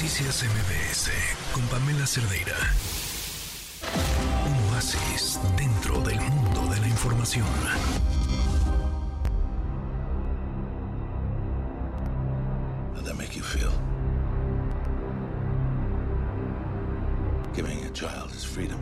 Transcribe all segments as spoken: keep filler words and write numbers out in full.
Noticias M B S con Pamela Cerdeira. Un oasis dentro del mundo de la información. How'd that make you feel? Giving a child his freedom.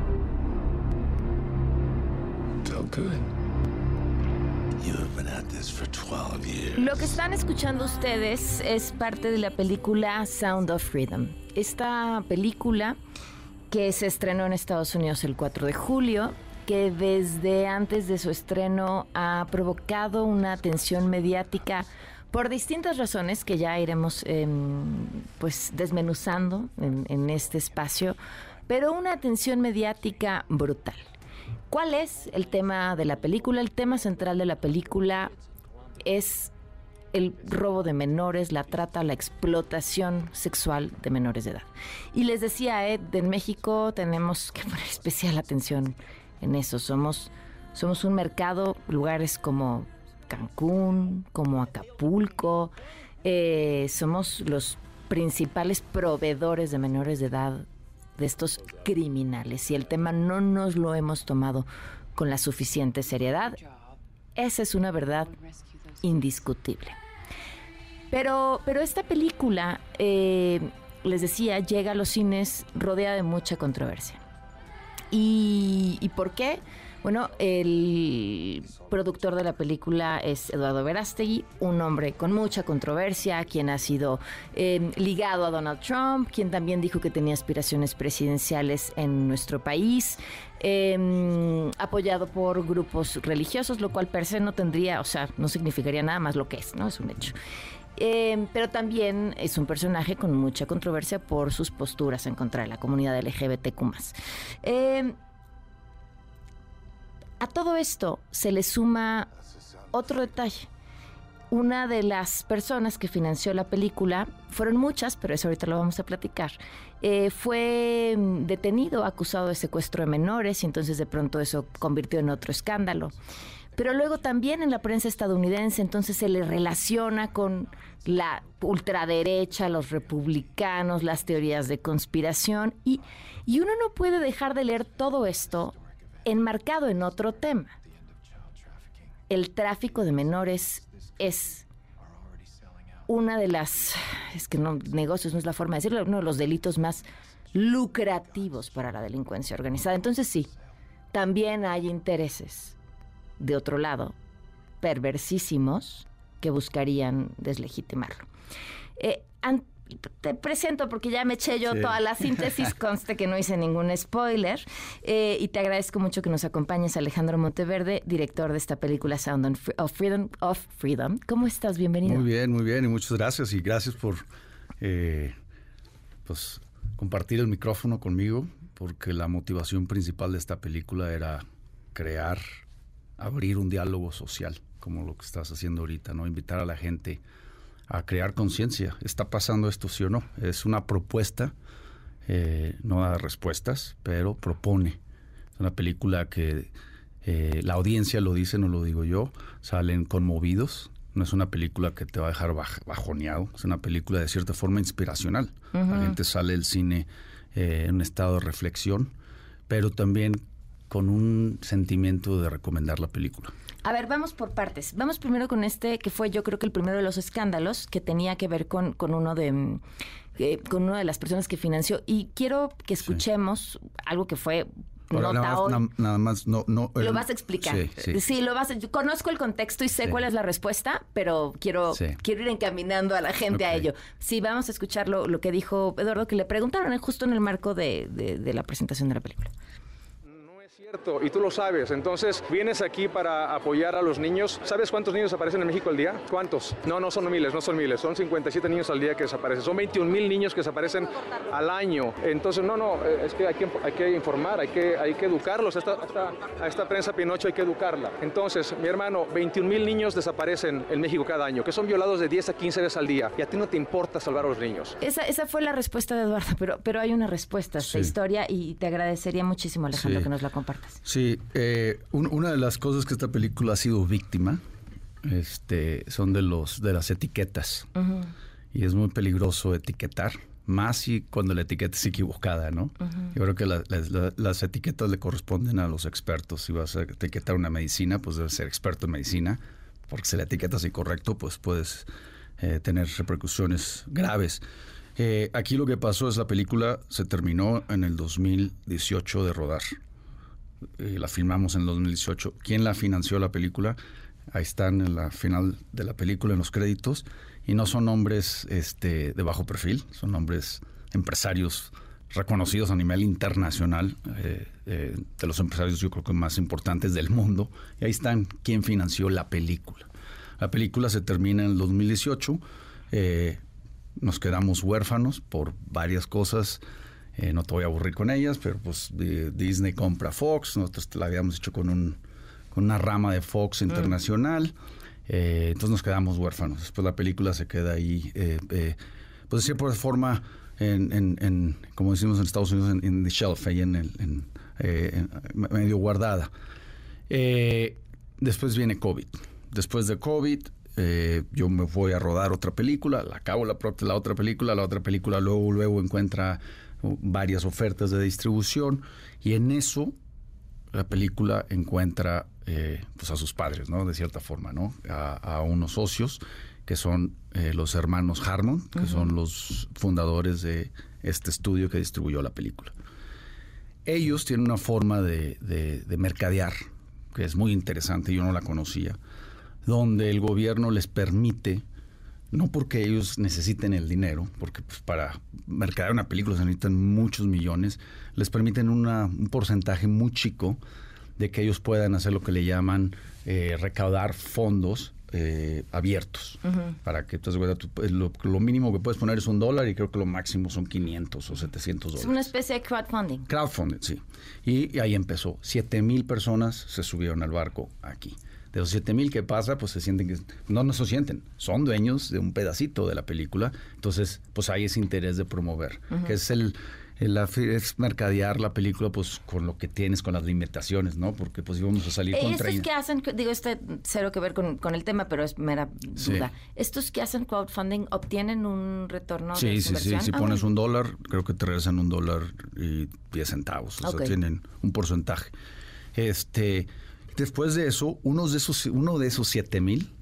Felt good. You have been at this for twelve years. Lo que están escuchando ustedes es parte de la película Sound of Freedom. Esta película que se estrenó en Estados Unidos el cuatro de julio, que desde antes de su estreno ha provocado una atención mediática por distintas razones que ya iremos eh, pues desmenuzando en, en este espacio, pero una atención mediática brutal. ¿Cuál es el tema de la película? El tema central de la película es el robo de menores, la trata, la explotación sexual de menores de edad. Y les decía, Ed, en México tenemos que poner especial atención en eso. Somos, somos un mercado, lugares como Cancún, como Acapulco, eh, somos los principales proveedores de menores de edad de estos criminales, y el tema no nos lo hemos tomado con la suficiente seriedad. Esa es una verdad indiscutible. Pero, pero esta película, eh, les decía, llega a los cines rodeada de mucha controversia. ¿Y, y por qué? Bueno, el productor de la película es Eduardo Verástegui, un hombre con mucha controversia, quien ha sido eh, ligado a Donald Trump, quien también dijo que tenía aspiraciones presidenciales en nuestro país, eh, apoyado por grupos religiosos, lo cual per se no tendría, o sea, no significaría nada más lo que es, ¿no? Es un hecho. Eh, pero también es un personaje con mucha controversia por sus posturas en contra de la comunidad L G B T Q más. Eh, A todo esto se le suma otro detalle. Una de las personas que financió la película, fueron muchas, pero eso ahorita lo vamos a platicar, eh, fue detenido, acusado de secuestro de menores, y entonces de pronto eso convirtió en otro escándalo. Pero luego también en la prensa estadounidense entonces se le relaciona con la ultraderecha, los republicanos, las teorías de conspiración, y, y uno no puede dejar de leer todo esto enmarcado en otro tema. El tráfico de menores es una de las, es que no, negocios no es la forma de decirlo, uno de los delitos más lucrativos para la delincuencia organizada. Entonces sí, también hay intereses de otro lado, perversísimos, que buscarían deslegitimarlo. Eh, ante Te presento porque ya me eché yo sí. toda la síntesis, conste que no hice ningún spoiler, eh, y te agradezco mucho que nos acompañes, Alejandro Monteverde, director de esta película Sound of Freedom. Of Freedom. ¿Cómo estás? Bienvenido. Muy bien, muy bien, y muchas gracias, y gracias por eh, pues, compartir el micrófono conmigo, porque la motivación principal de esta película era crear, abrir un diálogo social, como lo que estás haciendo ahorita, ¿no? Invitar a la gente a crear conciencia. ¿Está pasando esto, sí o no? Es una propuesta, eh, no da respuestas, pero propone. Es una película que eh, la audiencia lo dice, no lo digo yo, salen conmovidos. No es una película que te va a dejar baj- bajoneado, es una película de cierta forma inspiracional. Uh-huh. La gente sale del cine eh, en un estado de reflexión, pero también con un sentimiento de recomendar la película. A ver, vamos por partes. Vamos primero con este, que fue yo creo que el primero de los escándalos, que tenía que ver con, con uno de eh, con una de las personas que financió. Y quiero que escuchemos sí. algo que fue Ahora, nota nada, hoy. Nada, nada más, no, no. Lo el, vas a explicar. Sí, sí. sí lo vas a, yo conozco el contexto y sé sí. cuál es la respuesta, pero quiero, sí. quiero ir encaminando a la gente okay. a ello. Sí, vamos a escuchar lo, lo que dijo Eduardo, que le preguntaron justo en el marco de, de, de la presentación de la película. Cierto, y tú lo sabes. Entonces, vienes aquí para apoyar a los niños. ¿Sabes cuántos niños aparecen en México al día? ¿Cuántos? No, no son miles, no son miles. Son cincuenta y siete niños al día que desaparecen. Son veintiún mil niños que desaparecen al año. Entonces, no, no, es que hay que, hay que informar, hay que, hay que educarlos. A esta, a, esta, a esta prensa Pinocho hay que educarla. Entonces, mi hermano, veintiún mil niños desaparecen en México cada año, que son violados de diez a quince veces al día. Y a ti no te importa salvar a los niños. Esa, esa fue la respuesta de Eduardo, pero, pero hay una respuesta a esta sí. historia, y te agradecería muchísimo, Alejandro, sí. que nos la compartas. Sí, eh, un, una de las cosas que esta película ha sido víctima este, son de los de las etiquetas. Uh-huh. Y es muy peligroso etiquetar más si cuando la etiqueta es equivocada, ¿no? Uh-huh. Yo creo que la, la, las etiquetas le corresponden a los expertos. Si vas a etiquetar una medicina, pues debes ser experto en medicina, porque si la etiquetas incorrecto, pues puedes eh, tener repercusiones graves. Eh, aquí lo que pasó es la película se terminó en el dos mil dieciocho de rodar. Eh, la filmamos en el dos mil dieciocho. ¿Quién la financió la película? Ahí están en la final de la película, en los créditos. Y no son hombres este, de bajo perfil, son hombres empresarios reconocidos a nivel internacional, eh, eh, de los empresarios yo creo que más importantes del mundo. Y ahí están quién financió la película. La película se termina en el dos mil dieciocho. Eh, nos quedamos huérfanos por varias cosas. Eh, no te voy a aburrir con ellas, pero pues de, Disney compra Fox. Nosotros la habíamos hecho con, un, con una rama de Fox internacional. Mm. Eh, entonces nos quedamos huérfanos. Después la película se queda ahí, eh, eh, pues de cierta forma, en, en, en, como decimos en Estados Unidos, en, en the shelf, ahí en el en, eh, en, medio guardada. Eh, después viene COVID. Después de COVID, eh, yo me voy a rodar otra película, la acabo la, la otra película, la otra película luego, luego encuentra varias ofertas de distribución y en eso la película encuentra eh, pues a sus padres, ¿no? De cierta forma, ¿no? A, a unos socios que son eh, los hermanos Harmon, que uh-huh. son los fundadores de este estudio que distribuyó la película. Ellos tienen una forma de, de, de mercadear que es muy interesante, yo no la conocía, donde el gobierno les permite, no porque ellos necesiten el dinero, porque pues, para mercadear una película se necesitan muchos millones, les permiten una, un porcentaje muy chico de que ellos puedan hacer lo que le llaman eh, recaudar fondos eh, abiertos. Uh-huh. Para que entonces, lo, lo mínimo que puedes poner es un dólar y creo que lo máximo son quinientos o setecientos dólares. Es una especie de crowdfunding. Crowdfunding, sí. Y, y ahí empezó. Siete mil personas se subieron al barco aquí. De los siete mil que pasa, pues se sienten que... No, no se sienten. Son dueños de un pedacito de la película. Entonces, pues hay ese interés de promover. Uh-huh. Que es el... el es mercadear la película, pues, con lo que tienes, con las limitaciones, ¿no? Porque, pues, íbamos a salir contra... Estos que hacen... Digo, este cero que ver con, con el tema, pero es mera duda. Sí. ¿Estos que hacen crowdfunding obtienen un retorno sí, de sí, inversión? Sí, si ah, pones bueno. un dólar, creo que te regresan un dólar y diez centavos. O okay. sea, tienen un porcentaje. Este... Después de eso, uno de esos, uno de esos siete mil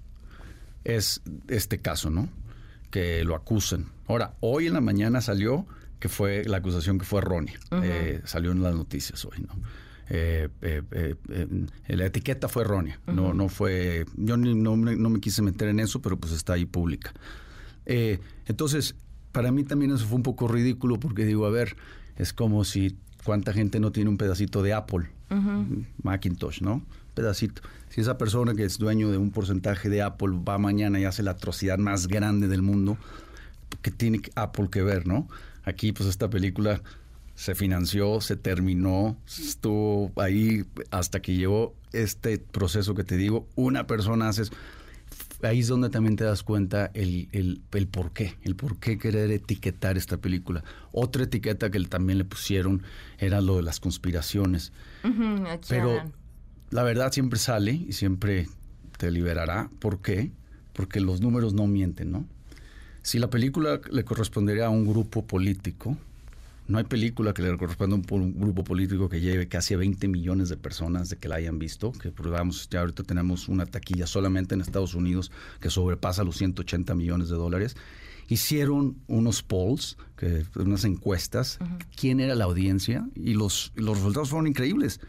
es este caso, ¿no? Que lo acusan. Ahora, hoy en la mañana salió que fue la acusación que fue errónea. Uh-huh. Eh, salió en las noticias hoy, ¿no? Eh, eh, eh, eh, la etiqueta fue errónea. Uh-huh. No, no fue. Yo ni, no, no me quise meter en eso, pero pues está ahí pública. Eh, entonces, para mí también eso fue un poco ridículo porque digo, a ver, es como si cuánta gente no tiene un pedacito de Apple, uh-huh. Macintosh, ¿no? Pedacito. Si esa persona que es dueño de un porcentaje de Apple va mañana y hace la atrocidad más grande del mundo, ¿qué tiene Apple que ver, no? Aquí, pues, esta película se financió, se terminó, estuvo ahí hasta que llegó este proceso que te digo. Una persona hace... Ahí es donde también te das cuenta el, el, el por qué, el por qué querer etiquetar esta película. Otra etiqueta que también le pusieron era lo de las conspiraciones. Uh-huh, pero la verdad siempre sale y siempre te liberará. ¿Por qué? Porque los números no mienten, ¿no? Si la película le correspondería a un grupo político, no hay película que le corresponda a un, un grupo político que lleve casi veinte millones de personas de que la hayan visto, que probamos, ya ahorita tenemos una taquilla solamente en Estados Unidos que sobrepasa los ciento ochenta millones de dólares. Hicieron unos polls, que, unas encuestas, uh-huh. quién era la audiencia y los, los resultados fueron increíbles.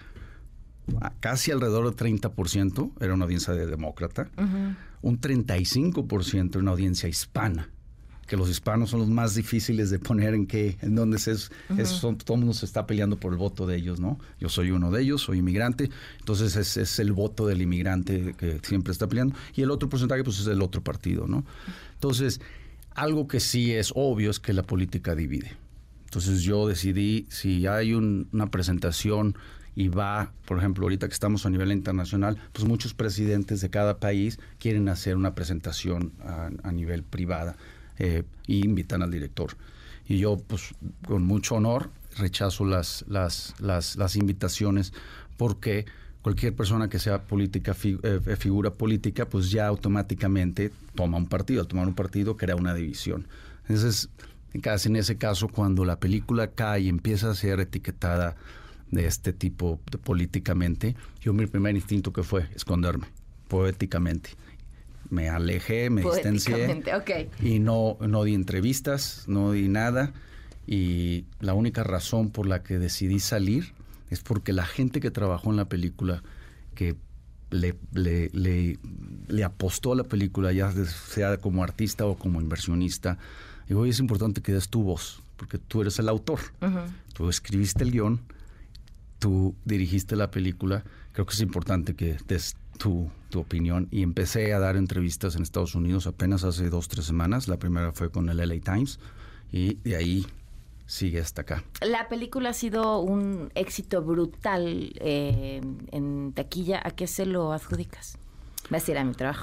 Casi alrededor del treinta por ciento era una audiencia de demócrata, uh-huh. un treinta y cinco por ciento era una audiencia hispana, que los hispanos son los más difíciles de poner en qué, en dónde es, uh-huh. es son, todo el mundo se está peleando por el voto de ellos, ¿no? Yo soy uno de ellos, soy inmigrante, entonces es, es el voto del inmigrante que siempre está peleando, y el otro porcentaje pues es el otro partido, ¿no? Entonces, algo que sí es obvio es que la política divide. Entonces yo decidí, si hay un, una presentación y va, por ejemplo, ahorita que estamos a nivel internacional, pues muchos presidentes de cada país quieren hacer una presentación a, a nivel privada eh, y invitan al director. Y yo, pues, con mucho honor, rechazo las, las, las, las invitaciones porque cualquier persona que sea política, fi, eh, figura política, pues ya automáticamente toma un partido. Al tomar un partido crea una división. Entonces, casi en ese caso, cuando la película cae y empieza a ser etiquetada de este tipo de, políticamente, yo mi primer instinto que fue esconderme, poéticamente. Me alejé, me distancié okay. y no, no di entrevistas, no di nada. Y la única razón por la que decidí salir es porque la gente que trabajó en la película, que le, le, le, le apostó a la película, ya sea como artista o como inversionista, digo, oye, es importante que des tu voz, porque tú eres el autor. Uh-huh. Tú escribiste el guión, tú dirigiste la película, creo que es importante que des tu, tu opinión. Y empecé a dar entrevistas en Estados Unidos apenas hace dos, tres semanas. La primera fue con el L A Times y de ahí sigue hasta acá. La película ha sido un éxito brutal eh, en taquilla. ¿A qué se lo adjudicas? Va a ser a mi trabajo.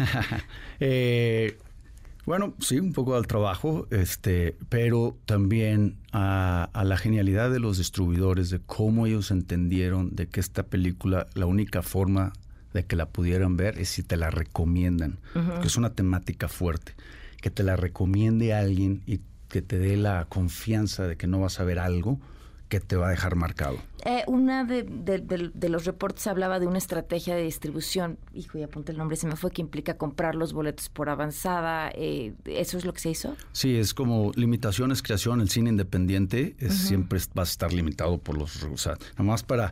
eh, bueno, sí, un poco al trabajo, este, pero también a, a la genialidad de los distribuidores, de cómo ellos entendieron de que esta película, la única forma de que la pudieran ver es si te la recomiendan, uh-huh. que es una temática fuerte, que te la recomiende a alguien y que te dé la confianza de que no vas a ver algo que te va a dejar marcado. Eh, una de, de, de, de los reportes hablaba de una estrategia de distribución, hijo, ya apunté el nombre, se me fue, que implica comprar los boletos por avanzada. Eh, ¿Eso es lo que se hizo? Sí, es como limitaciones, creación. El cine independiente es, uh-huh. siempre vas a estar limitado por los... O sea, nomás para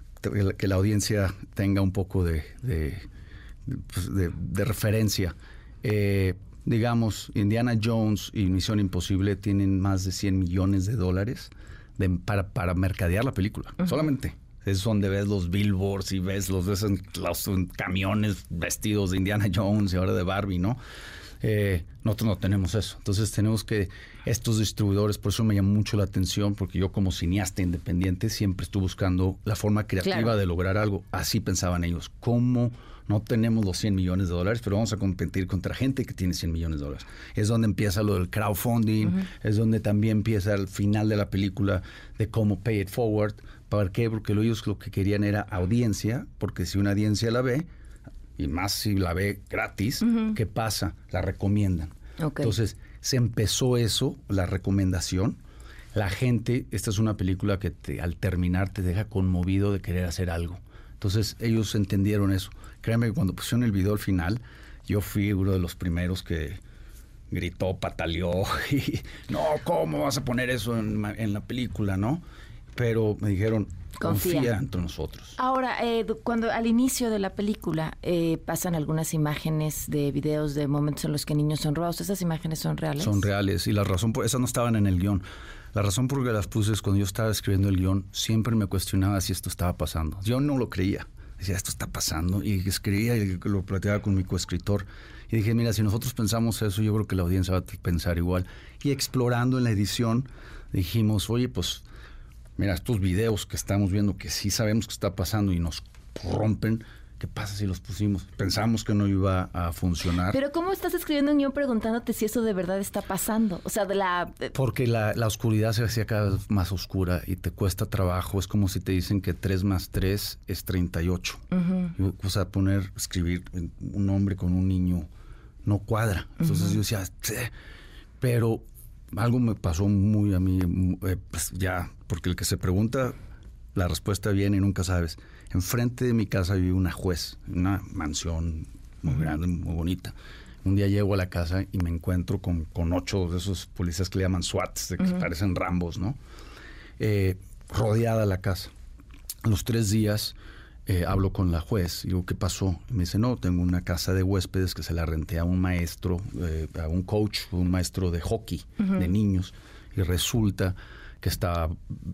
que la audiencia tenga un poco de, de, pues de, de referencia. Eh, digamos, Indiana Jones y Misión Imposible tienen más de cien millones de dólares de, para, para mercadear la película. Uh-huh. Solamente. Es donde ves los billboards y ves los, ves los camiones vestidos de Indiana Jones y ahora de Barbie, ¿no? Eh, nosotros no tenemos eso. Entonces tenemos que, estos distribuidores, por eso me llama mucho la atención, porque yo como cineasta independiente siempre estuve buscando la forma creativa claro. de lograr algo. Así pensaban ellos. ¿Cómo no tenemos los cien millones de dólares, pero vamos a competir contra gente que tiene cien millones de dólares? Es donde empieza lo del crowdfunding, uh-huh. es donde también empieza el final de la película de cómo pay it forward. ¿Para qué? Porque ellos lo que querían era audiencia, porque si una audiencia la ve, y más si la ve gratis, uh-huh. ¿qué pasa? La recomiendan. Okay. Entonces, se empezó eso, la recomendación. La gente, esta es una película que te, al terminar te deja conmovido de querer hacer algo. Entonces, ellos entendieron eso. Créanme que cuando pusieron el video al final, yo fui uno de los primeros que gritó, pataleó, y no, ¿cómo vas a poner eso en, en la película, no? Pero me dijeron, confía, confía entre nosotros. Ahora, eh, cuando al inicio de la película eh, pasan algunas imágenes de videos de momentos en los que niños son robados, ¿esas imágenes son reales? Son reales, y la razón por esas no estaban en el guión. La razón por la que las puse es cuando yo estaba escribiendo el guión, siempre me cuestionaba si esto estaba pasando. Yo no lo creía. Decía, esto está pasando, y escribía y lo platicaba con mi coescritor. Y dije, mira, si nosotros pensamos eso, yo creo que la audiencia va a pensar igual. Y explorando en la edición, dijimos, oye, pues... mira, estos videos que estamos viendo que sí sabemos que está pasando y nos rompen, ¿qué pasa si los pusimos? Pensamos que no iba a funcionar. Pero ¿cómo estás escribiendo un guión preguntándote si eso de verdad está pasando? O sea, de la... Porque la, la oscuridad se hacía cada vez más oscura y te cuesta trabajo. Es como si te dicen que tres más tres es treinta y ocho. Uh-huh. O sea, poner, escribir un nombre con un niño no cuadra. Entonces uh-huh. yo decía, sí. Pero... algo me pasó muy a mí, eh, pues ya, porque el que se pregunta, la respuesta viene y nunca sabes. Enfrente de mi casa vive una juez, una mansión muy uh-huh. grande, muy bonita. Un día llego a la casa y me encuentro con, con ocho de esos policías que le llaman SWATs, de que uh-huh. parecen Rambos, ¿no? Eh, rodeada la casa. A los tres días eh, hablo con la juez y digo, ¿qué pasó? Y me dice, no, tengo una casa de huéspedes que se la renté a un maestro, eh, a un coach, un maestro de hockey uh-huh. de niños, y resulta que estaba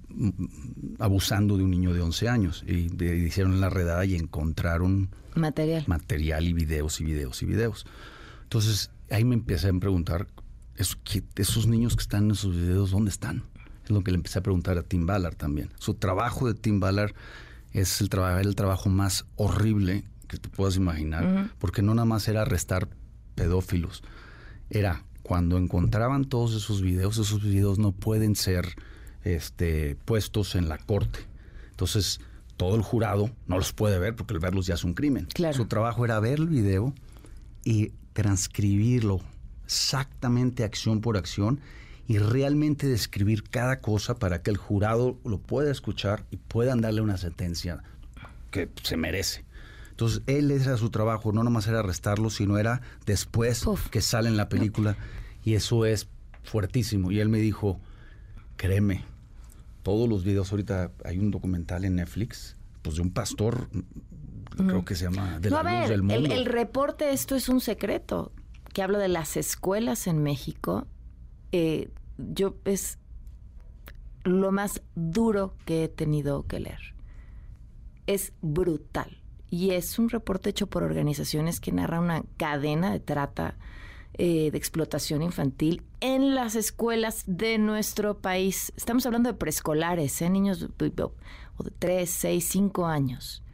abusando de un niño de once años. Y de, hicieron la redada y encontraron material. material y videos y videos y videos. Entonces, ahí me empecé a preguntar, ¿esos, esos niños que están en esos videos, dónde están? Es lo que le empecé a preguntar a Tim Ballard también. Su trabajo de Tim Ballard es el, traba, el trabajo más horrible que te puedas imaginar, uh-huh. porque no nada más era arrestar pedófilos, era cuando encontraban todos esos videos, esos videos no pueden ser este, puestos en la corte. Entonces, todo el jurado no los puede ver porque el verlos ya es un crimen. Claro. Su trabajo era ver el video y transcribirlo exactamente acción por acción y realmente describir cada cosa para que el jurado lo pueda escuchar y puedan darle una sentencia que se merece. Entonces, él era su trabajo, no nomás era arrestarlo, sino era después Uf. que sale en la película, y eso es fuertísimo. Y él me dijo, créeme, todos los videos, ahorita hay un documental en Netflix, pues de un pastor, mm. creo que se llama De no, la a Luz ver, del Mundo. El, el reporte, esto es un secreto, que habla de las escuelas en México. Eh, yo es lo más duro que he tenido que leer. Es brutal. Y es un reporte hecho por organizaciones que narra una cadena de trata, eh, de explotación infantil en las escuelas de nuestro país. Estamos hablando de preescolares, ¿eh? Niños de, de, de tres, seis, cinco años.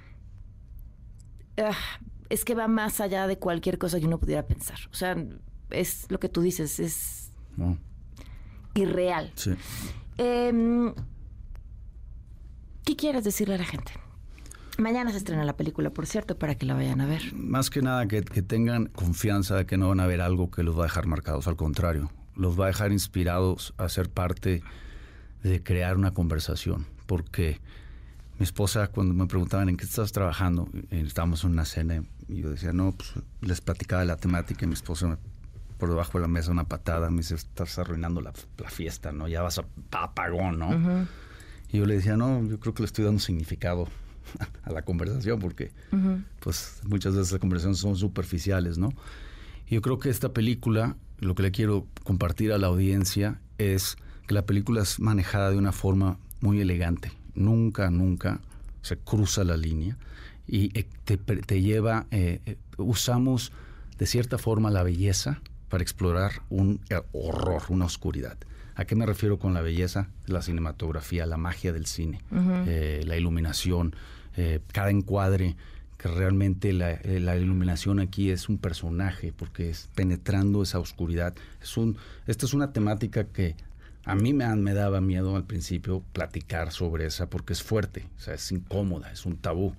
Uh, es que va más allá de cualquier cosa que uno pudiera pensar. O sea, es lo que tú dices, es no. irreal. Sí. Eh, ¿Qué quieres decirle a la gente? Mañana se estrena la película, por cierto, para que la vayan a ver. Más que nada que, que tengan confianza de que no van a ver algo que los va a dejar marcados. Al contrario, los va a dejar inspirados a ser parte de crear una conversación. Porque mi esposa, cuando me preguntaban en qué estás trabajando, estábamos en una cena y yo decía, no, pues les platicaba de la temática y mi esposa me, por debajo de la mesa una patada, me dice, estás arruinando la, la fiesta, ¿no? Ya vas a, a apagón, ¿no? Uh-huh. Y yo le decía, no, yo creo que le estoy dando significado a la conversación, porque uh-huh. pues muchas veces las conversaciones son superficiales, ¿no? Y yo creo que esta película, lo que le quiero compartir a la audiencia es que la película es manejada de una forma muy elegante. Nunca, nunca se cruza la línea y te, te lleva, eh, usamos de cierta forma la belleza para explorar un horror, una oscuridad. ¿A qué me refiero con la belleza? La cinematografía, la magia del cine, uh-huh. eh, la iluminación, eh, cada encuadre, que realmente la, eh, la iluminación aquí es un personaje, porque es penetrando esa oscuridad. Es un, esta es una temática que a mí me, me daba miedo al principio platicar sobre esa, porque es fuerte, o sea, es incómoda, es un tabú.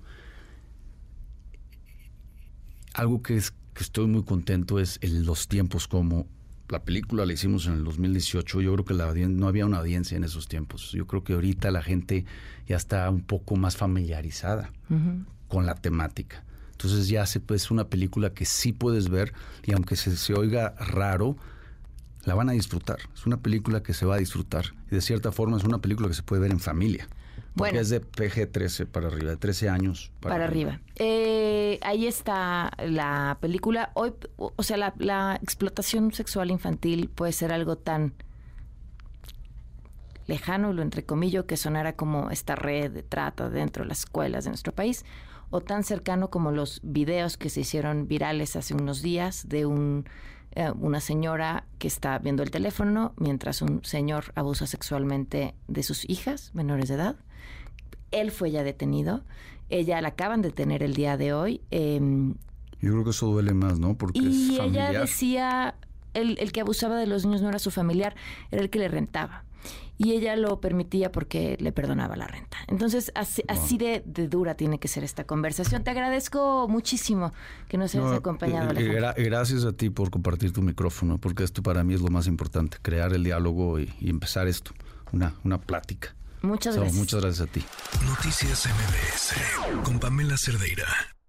Algo que, es, que estoy muy contento es el, los tiempos como... La película la hicimos en el dos mil dieciocho, yo creo que la, no había una audiencia en esos tiempos. Yo creo que ahorita la gente ya está un poco más familiarizada uh-huh. con la temática. Entonces ya se, es una película que sí puedes ver y aunque se, se oiga raro, la van a disfrutar. Es una película que se va a disfrutar. Y de cierta forma es una película que se puede ver en familia. Porque bueno, es de P G trece para arriba, de trece años para, para arriba. arriba. Eh, ahí está la película. Hoy, o sea, la, la explotación sexual infantil puede ser algo tan lejano, y lo entrecomillo, que sonara como esta red de trata dentro de las escuelas de nuestro país, o tan cercano como los videos que se hicieron virales hace unos días de un eh, una señora que está viendo el teléfono mientras un señor abusa sexualmente de sus hijas menores de edad. Él fue ya detenido. Ella la acaban de detener el día de hoy. Eh, Yo creo que eso duele más, ¿no? Porque y es familiar. Ella decía, el, el que abusaba de los niños no era su familiar, era el que le rentaba. Y ella lo permitía porque le perdonaba la renta. Entonces, así, wow. así de, de dura tiene que ser esta conversación. Te agradezco muchísimo que nos hayas no, acompañado, eh, gra- Gracias a ti por compartir tu micrófono, porque esto para mí es lo más importante, crear el diálogo y, y empezar esto, una, una plática. Muchas so, gracias. Muchas gracias a ti. Noticias M B S con Pamela Cerdeira.